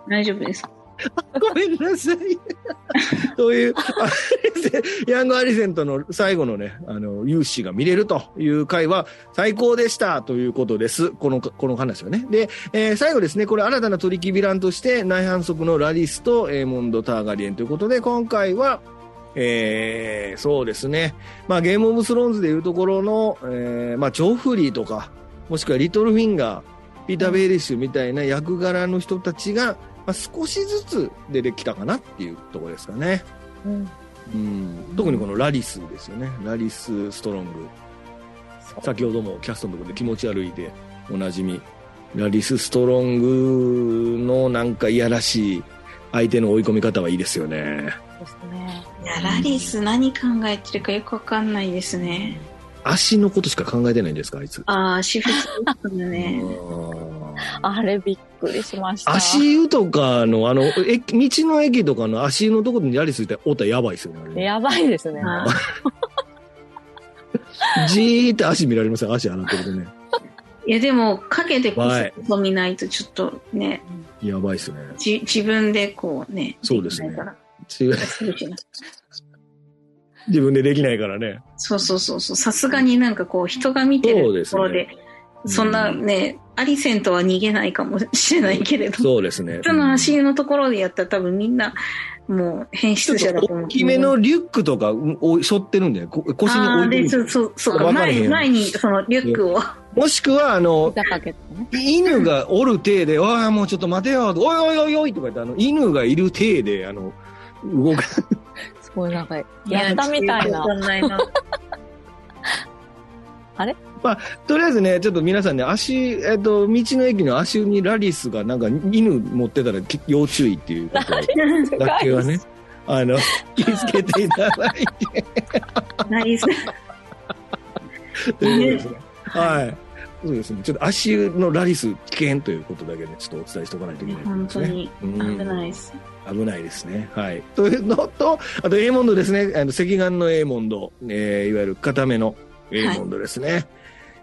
大丈夫です。 ごめんなさい。という、ヤングアリセントの最後のね、勇姿が見れるという回は最高でしたということです。この話はね。で、最後ですね、これ新たな取り木ヴィランとして内反則のラリスとエーモンド・ターガリエンということで、今回は、そうですね。まあ、ゲームオブスローンズでいうところの、まあ、ジョフリーとか、もしくはリトルフィンガー、ピーター・ベイリッシュみたいな役柄の人たちが、まあ、少しずつ出てきたかなっていうところですかね。特にこのラリスですよね。ラリス・ストロング。先ほどもキャストのところで気持ち悪いでおなじみ。ラリス・ストロングのなんかいやらしい相手の追い込み方はいいですよね。 ですね。 いや、ラリス何考えてるかよくわかんないですね。 足のことしか考えてないんですか、あいつ。 足太いですね。 あれびっくりしました。 足湯とかの、道の駅とかの足湯のところにラリスいたら、おったらやばいですよね、あれ。 やばいですね。 じーって足見られますよ、足洗ってるとね。 いや、でも、影でこそ見ないとちょっとね。 やばいですね。 自分でこうね。 そうですね。自分でできないからね。 そう。さすがになんかこう、人が見てるところで、そんなね、アリセントは逃げないかもしれないけれど。 そうですね。 人の足湯のところでやったら多分みんな、もう変質者だと思う。 大きめのリュックとかを背負ってるんで、腰に置いてるんで。 そう前にそのリュックを。 もしくは、犬がおる体で、わあ、もうちょっと待てよ、おいとか言って、犬がいる体で、動かすごいなんか、やったみたいな。あれまあ、とりあえずね、ちょっと皆さんね、道の駅の足にラリスがなんか犬持ってたら要注意っていうことだけはね、気をつけていただいて。 ラリス。 ということですね。はい。そうですね。ちょっと足のラリス危険ということだけね、ちょっとお伝えしておかないといけないですね。 本当に危ないです。 危ないですね。はい。というのと、あとエーモンドですね。赤眼のエーモンド、いわゆる固めのエーモンドですね。はい、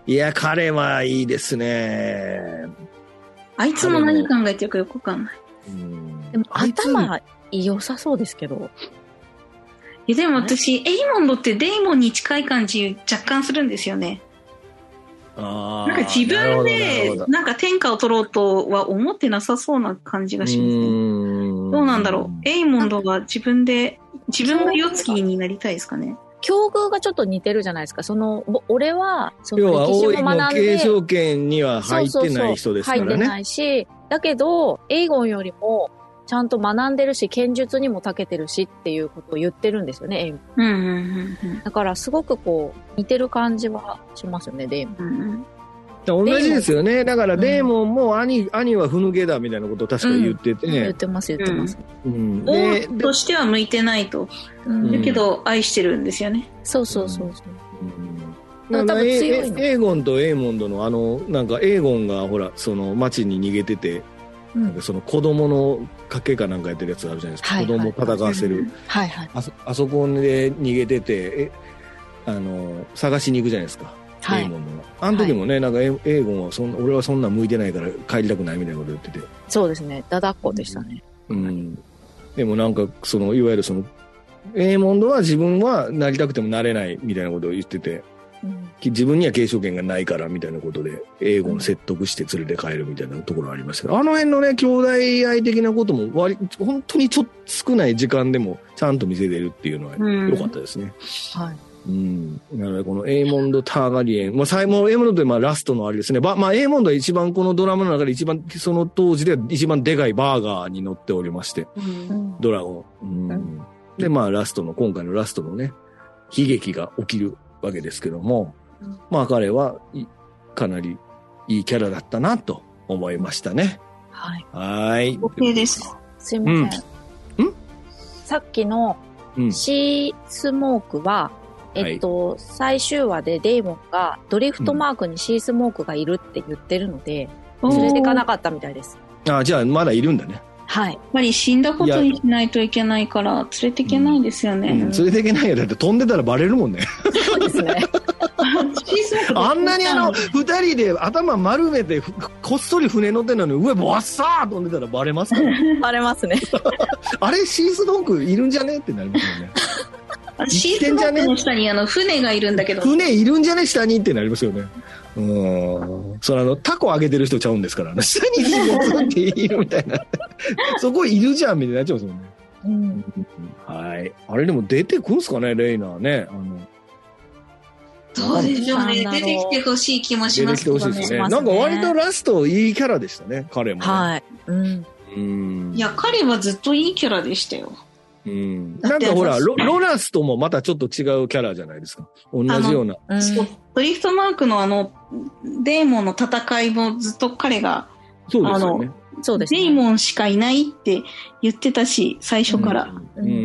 いや、彼はいいですね。 あいつも何考えてるかよくわかんない。 でも頭良さそうですけど。 いや、でも私、エイモンドってデイモンに近い感じ若干するんですよね。なんか自分でなんか天下を取ろうとは思ってなさそうな感じがしますね。どうなんだろう。エイモンドが自分が世継ぎになりたいですかね。 境遇がちょっと似てるじゃないですか。俺はその歴史を学んで、 継承権には入ってない人ですからね。 入ってないし、だけどエイゴンよりもちゃんと学んでるし、剣術にも長けてるしっていうことを言ってるんですよね、エイモン。だからすごくこう似てる感じはしますよね、デイモン。 同じですよね。だからデーモンも兄はふぬけだみたいなことを確か言ってて、 言ってます。 王としては向いてないと。だけど愛してるんですよね。 そう。 多分強いの。エーゴンとエーモンドのなんかエーゴンがほらその町に逃げてて、なんかその子供の賭けかなんかやってるやつあるじゃないですか。子供を戦わせる。あそこで逃げてて探しに行くじゃないですか。エーゴンのあの時もね、なんかエーゴンは俺はそんな向いてないから帰りたくないみたいなこと言ってて。 そうですね。ダダっ子でしたね。 でもなんかいわゆるそのエーモンドは自分はなりたくてもなれないみたいなことを言ってて、自分には継承権がないからみたいなことでエーゴン説得して連れて帰るみたいなところありましたけど、あの辺のね兄弟愛的なことも本当に少ない時間でもちゃんと見せてるっていうのは良かったですね。なのでこのエーモンド・ターガリエン、エーモンドってラストのあれですね。エーモンドは一番このドラマの中で一番その当時で一番でかいバーガーに乗っておりまして、ドラゴン。でラストの今回のラストのね悲劇が起きるわけですけども、彼はかなりいいキャラだったなと思いましたね。 はい。 OK です。 すいません。さっきのシースモークは、最終話でデイモンがドリフトマークにシースモークがいるって言ってるので、連れてかなかったみたいです。 じゃあまだいるんだね。 はい。やっぱり死んだことにしないといけないから連れていけないですよね。 連れていけないよ。だって飛んでたらバレるもんね。 そうですね。 シースあんなに二人で頭丸めてこっそり船乗ってんのに上ボワッサー飛んでたらバレますからバレますね。 あれシースドッグいるんじゃねってなりますよね。 シースドッグの下に船がいるんだけど。 船いるんじゃね下にってなりますよね。それタコあげてる人ちゃうんですから、下にっているみたいな。そこいるじゃんみたいになっちゃうんですよね。はい。あれでも出てくるんすかね、レイナーね。 どうでしょうね。出てきてほしい気もしますけどね。 出てきてほしいですね。なんか割とラストいいキャラでしたね、彼も、ね。 はい。 いや、彼はずっといいキャラでしたよ。 なんかほら、ロラスともまたちょっと違うキャラじゃないですか。同じような。 ドリフトマークのデーモンの戦いもずっと彼が、 そうですよね。 そうですね。 デーモンしかいないって言ってたし、最初から。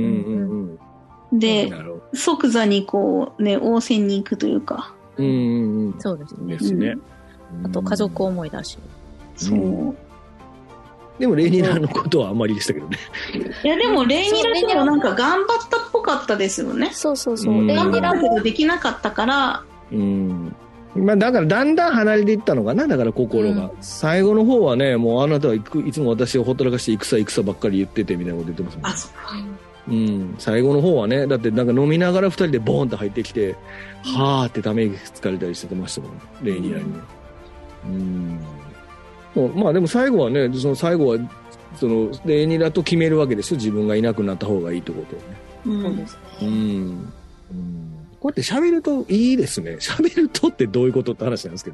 で、即座にこうね、応戦に行くというか。 そうですね。 ですね。 あと家族思いだし。 そう。 でもレイニラのことはあんまりでしたけどね。 いやでもレイニラともなんか頑張ったっぽかったですよね。 そう。 頑張ったけどできなかったから。 まあだからだんだん離れていったのかな、だから心が。最後の方はね、もうあなたはいつも私をほったらかして戦ばっかり言っててみたいなこと言ってますもんね。 あ、そっか。 最後の方はね、だってなんか飲みながら二人でボーンと入ってきて、はーってため息つかれたりしてましたもんね、レイニラにね。まあでも最後はね、最後はレイニラと決めるわけですよ、自分がいなくなった方がいいってことをね。 そうですね。 こうやって喋るといいですね。喋るとってどういうことって話なんですけど。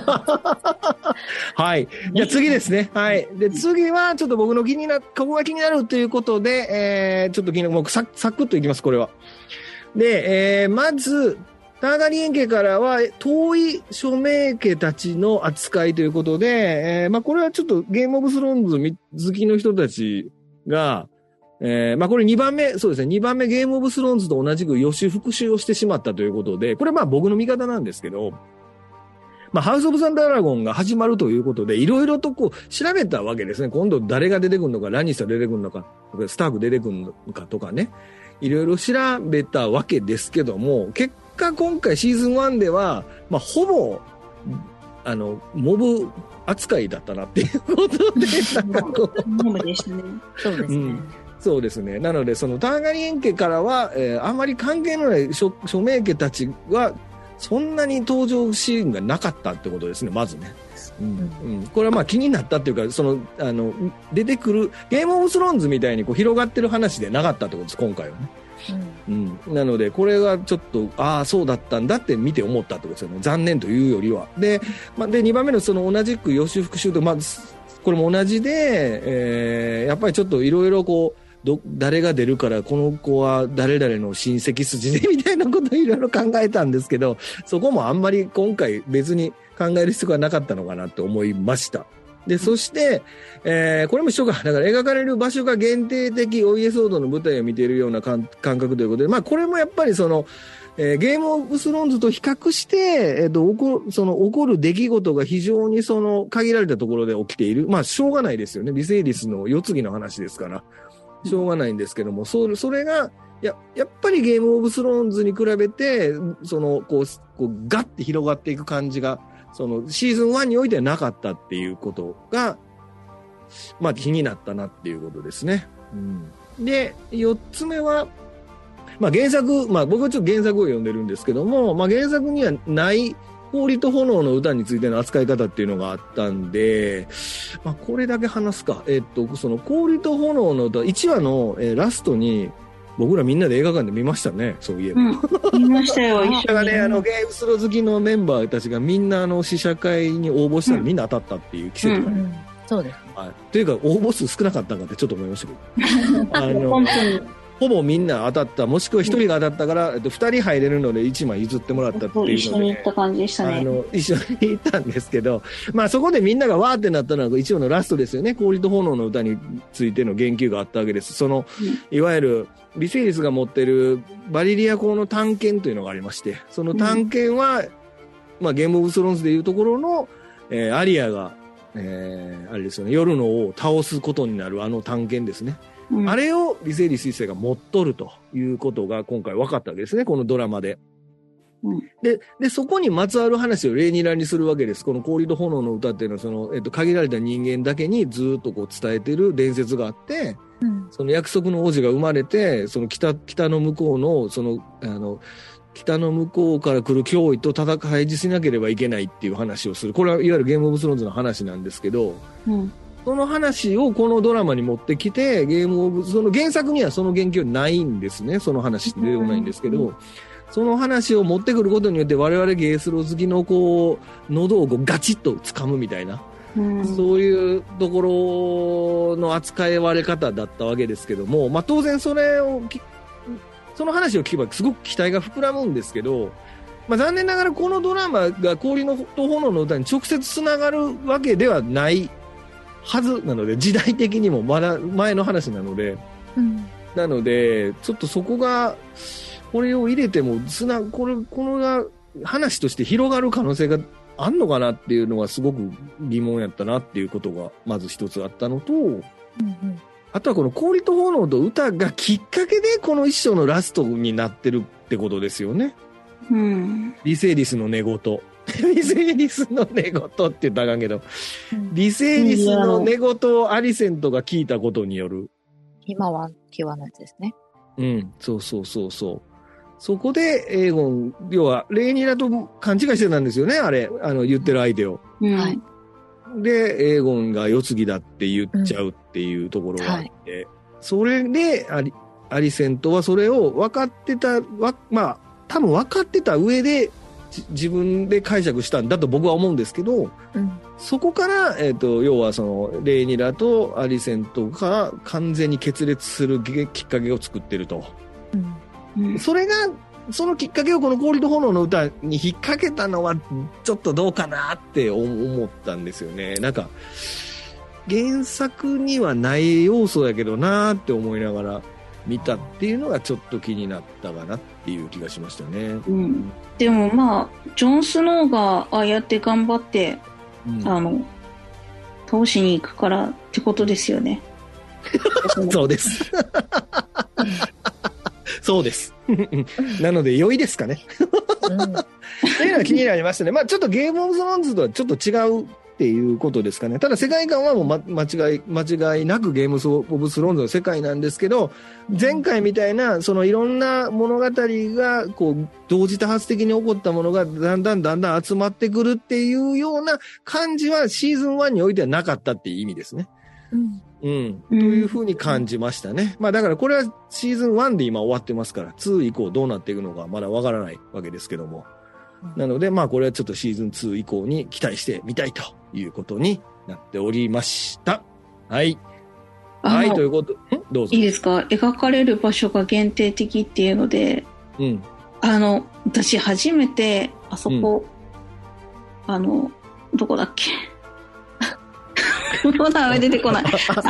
はい。じゃあ次ですね。はい。で、次はちょっと僕のここが気になるということで、ちょっと僕サクッといきます、これは。で、まず、ターガリエン家からは遠い署名家たちの扱いということで、まあこれはちょっとゲームオブスローンズ好きの人たちが、まあこれ2番目、そうですね、2番目ゲームオブスローンズと同じく予習復習をしてしまったということで、これまあ僕の見方なんですけど、まあハウスオブザンドラゴンが始まるということで、いろいろとこう調べたわけですね。今度誰が出てくるのか、ラニスター出てくるのか、スターク出てくるのかとかね、いろいろ調べたわけですけども、結果今回シーズン1では、まあほぼ、モブ扱いだったなっていうことで、なんかこう。 モブでしたね。 そうですね。 そうですね。なので、ターガリエン家からは、あまり関係のない署名家たちは、そんなに登場シーンがなかったってことですね、まずね。これはまあ気になったっていうか、出てくる、ゲームオブスローンズみたいにこう広がってる話でなかったってことです、今回はね。なので、これがちょっと、そうだったんだって見て思ったってことですよね。残念というよりは。で、2番目の同じく予習復習と、まず、これも同じで、やっぱりちょっといろいろこう、誰が出るからこの子は誰々の親戚筋でみたいなことをいろいろ考えたんですけど、そこもあんまり今回別に考える必要がなかったのかなと思いました。で、そして、これも一緒か。だから描かれる場所が限定的お家騒動の舞台を見ているような感覚ということで、まあこれもやっぱりゲームオブスローンズと比較して、起こる出来事が非常に限られたところで起きている。まあしょうがないですよね。ビセイリスの世継ぎの話ですから。しょうがないんですけども、それが、やっぱりゲームオブスローンズに比べて、こう、ガッて広がっていく感じが、シーズン1においてはなかったっていうことが、まあ気になったなっていうことですね。で、4つ目は、まあ原作、まあ僕はちょっと原作を読んでるんですけども、まあ原作にはない、氷と炎の歌についての扱い方っていうのがあったんで、まあ、これだけ話すか。氷と炎の歌、1話の、ラストに、僕らみんなで映画館で見ましたね、そういえば。 見ましたよ、一緒に。 だからね、ゲームスロー好きのメンバーたちがみんな試写会に応募したらみんな当たったっていう奇跡がね。 そうです。 というか、応募数少なかったんかってちょっと思いましたけど。 本当に。 ほぼみんな当たった、もしくは1人が当たったから、2人入れるので1枚譲ってもらったっていうので、 一緒に行った感じでしたね。 一緒に行ったんですけど、まあそこでみんながわーってなったのは一応のラストですよね。氷と炎の歌についての言及があったわけです。いわゆる、ビセイリスが持ってるバリリア港の探検というのがありまして、その探検は、まあゲームオブスローンズでいうところの、アリアが、あれですよね、夜の王を倒すことになる探検ですね。あれをビセイリス一世が持っとるということが今回分かったわけですね、このドラマで。 で、そこにまつわる話をレイニラにするわけです。この氷と炎の歌っていうのは、その、限られた人間だけにずっとこう伝えてる伝説があって、その約束の王子が生まれて、その北の向こうの、その、北の向こうから来る脅威と戦いしなければいけないっていう話をする。これはいわゆるゲームオブスローンズの話なんですけど、その話をこのドラマに持ってきて、その原作にはその言及ないんですね。その話出てこないんですけど、その話を持ってくることによって我々ゲースロー好きのこう、喉をこうガチッと掴むみたいな、そういうところの扱い割れ方だったわけですけども、まあ当然その話を聞けばすごく期待が膨らむんですけど、まあ残念ながらこのドラマが氷と炎の歌に直接つながるわけではないはずなので、時代的にもまだ前の話なので、なので、ちょっとそこが、これを入れても、このが話として広がる可能性があんのかなっていうのはすごく疑問やったなっていうことがまず一つあったのと、あとはこの氷と炎と歌がきっかけでこの一章のラストになってるってことですよね。リセイリスの寝言。リセイリスの寝言って言ったらあかんけど、リセイリスの寝言をアリセントが聞いたことによる。 今は際のやつですね。 そう。そこでエーゴン、要はレイニラと勘違いしてたんですよね、あれ。言ってる相手を。で、エーゴンが世継ぎだって言っちゃうっていうところがあって、それでアリセントはそれを分かってた、まあ、多分分かってた上で自分で解釈したんだと僕は思うんですけど、そこから、要はそのレイニラとアリセントが完全に決裂するきっかけを作ってると。そのきっかけをこの氷と炎の歌に引っ掛けたのはちょっとどうかなって思ったんですよね。なんか原作にはない要素やけどなーって思いながら見たっていうのがちょっと気になったかなっていう気がしましたね。 でもまあジョン・スノーがああやって頑張って、倒しに行くからってことですよね。 そうです。そうです。なので良いですかね。というのは気になりましたね。まあちょっとゲームオブスローンズとはちょっと違うっていうことですかね。ただ世界観はもう間違いなくゲームオブスローンズの世界なんですけど、前回みたいなそのいろんな物語がこう同時多発的に起こったものがだんだん集まってくるっていうような感じはシーズン1においてはなかったっていう意味ですね。というふうに感じましたね。まあだからこれはシーズン1で今終わってますから、2以降どうなっていくのかまだわからないわけですけども。なのでまあこれはちょっとシーズン2以降に期待してみたいということになっておりました。はい。はい、ということ、どうぞ。 いいですか？描かれる場所が限定的っていうので、私初めてあそこ、どこだっけ？もう名前出てこない。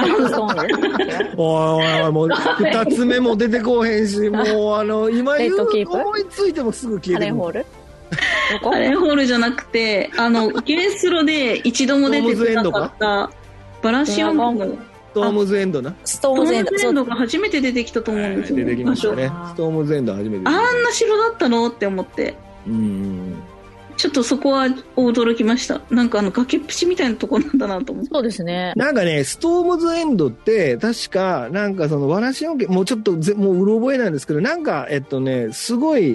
おい、もう二つ目も出てこへんし、もう今言う思いついてもすぐ消えてる。 アレンホールじゃなくて、ゲースロで一度も出てこなかったバラシオンのストームズエンドな。 ストームズエンドが初めて出てきたと思うんですよ。 出てきましたね。ストームズエンド初めて出てきました。 あんな城だったのって思って。ちょっとそこは驚きました。なんか崖っぷちみたいなとこなんだなと思って。 そうですね。 なんかね、ストームズエンドって、確か、なんかその、ワラシオン家、もうちょっともううろ覚えなんですけど、なんか、すごい、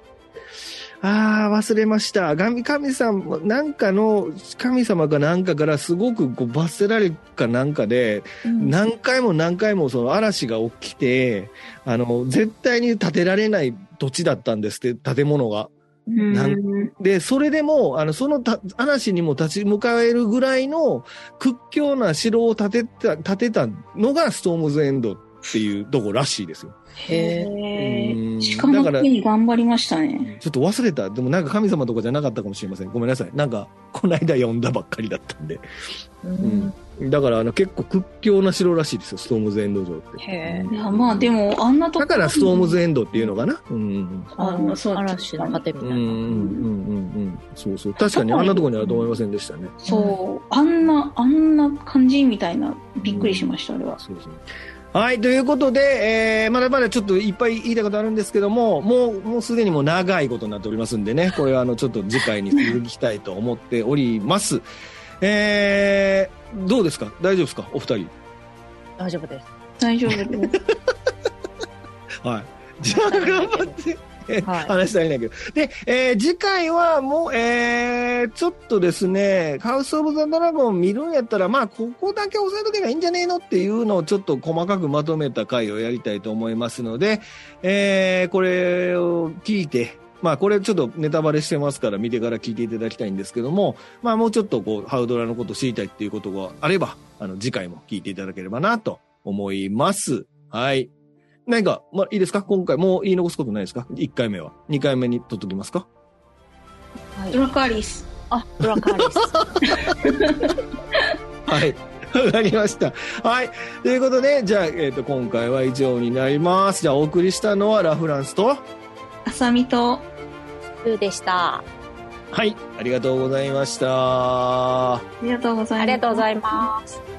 忘れました。神様、なんかの神様かなんかからすごくこう罰せられかなんかで、何回もその嵐が起きて、絶対に建てられない土地だったんですって、建物が。で、それでも、その嵐にも立ち向かえるぐらいの屈強な城を建てたのがストームズエンドっていうとこらしいですよ。 しかも手に頑張りましたね。 ちょっと忘れた。でもなんか神様とかじゃなかったかもしれません。ごめんなさい。なんか、この間読んだばっかりだったんで。だから結構屈強な城らしいですよ、ストームズエンド城って。 いや、まあでもあんなとこだからストームズエンドっていうのかな。 嵐の果てみたいな。 そう。確かにあんなところにあると思いませんでしたね。 そう。あんな感じみたいな、びっくりしました、あれは。 そう。 はい、ということで、まだまだちょっといっぱい言いたいことあるんですけども、もうすでにもう長いことになっておりますんでね、これはちょっと次回に続きたいと思っております。どうですか？大丈夫ですか？お二人。 大丈夫です。 大丈夫です。 はい。じゃあ頑張って。話したらいいんだけど。で、次回はもう、ちょっとですね、ハウス・オブ・ザ・ドラゴン見るんやったら、まあ、ここだけ押さえとけばいいんじゃねえのっていうのをちょっと細かくまとめた回をやりたいと思いますので、これを聞いて、まあ、これちょっとネタバレしてますから見てから聞いていただきたいんですけども、まあ、もうちょっとこう、ハウドラのことを知りたいっていうことがあれば、次回も聞いていただければなと思います。はい。何か、まあ、いいですか？今回もう言い残すことないですか？1回目は。2回目に取っときますか？ はい。ドラカーリス。 ドラカーリス。 はい。わかりました。はい。ということで、じゃあ、今回は以上になります。じゃあ、お送りしたのはラフランスと、 あさみと、 ルーでした。 はい。ありがとうございました。 ありがとうございます。 ありがとうございます。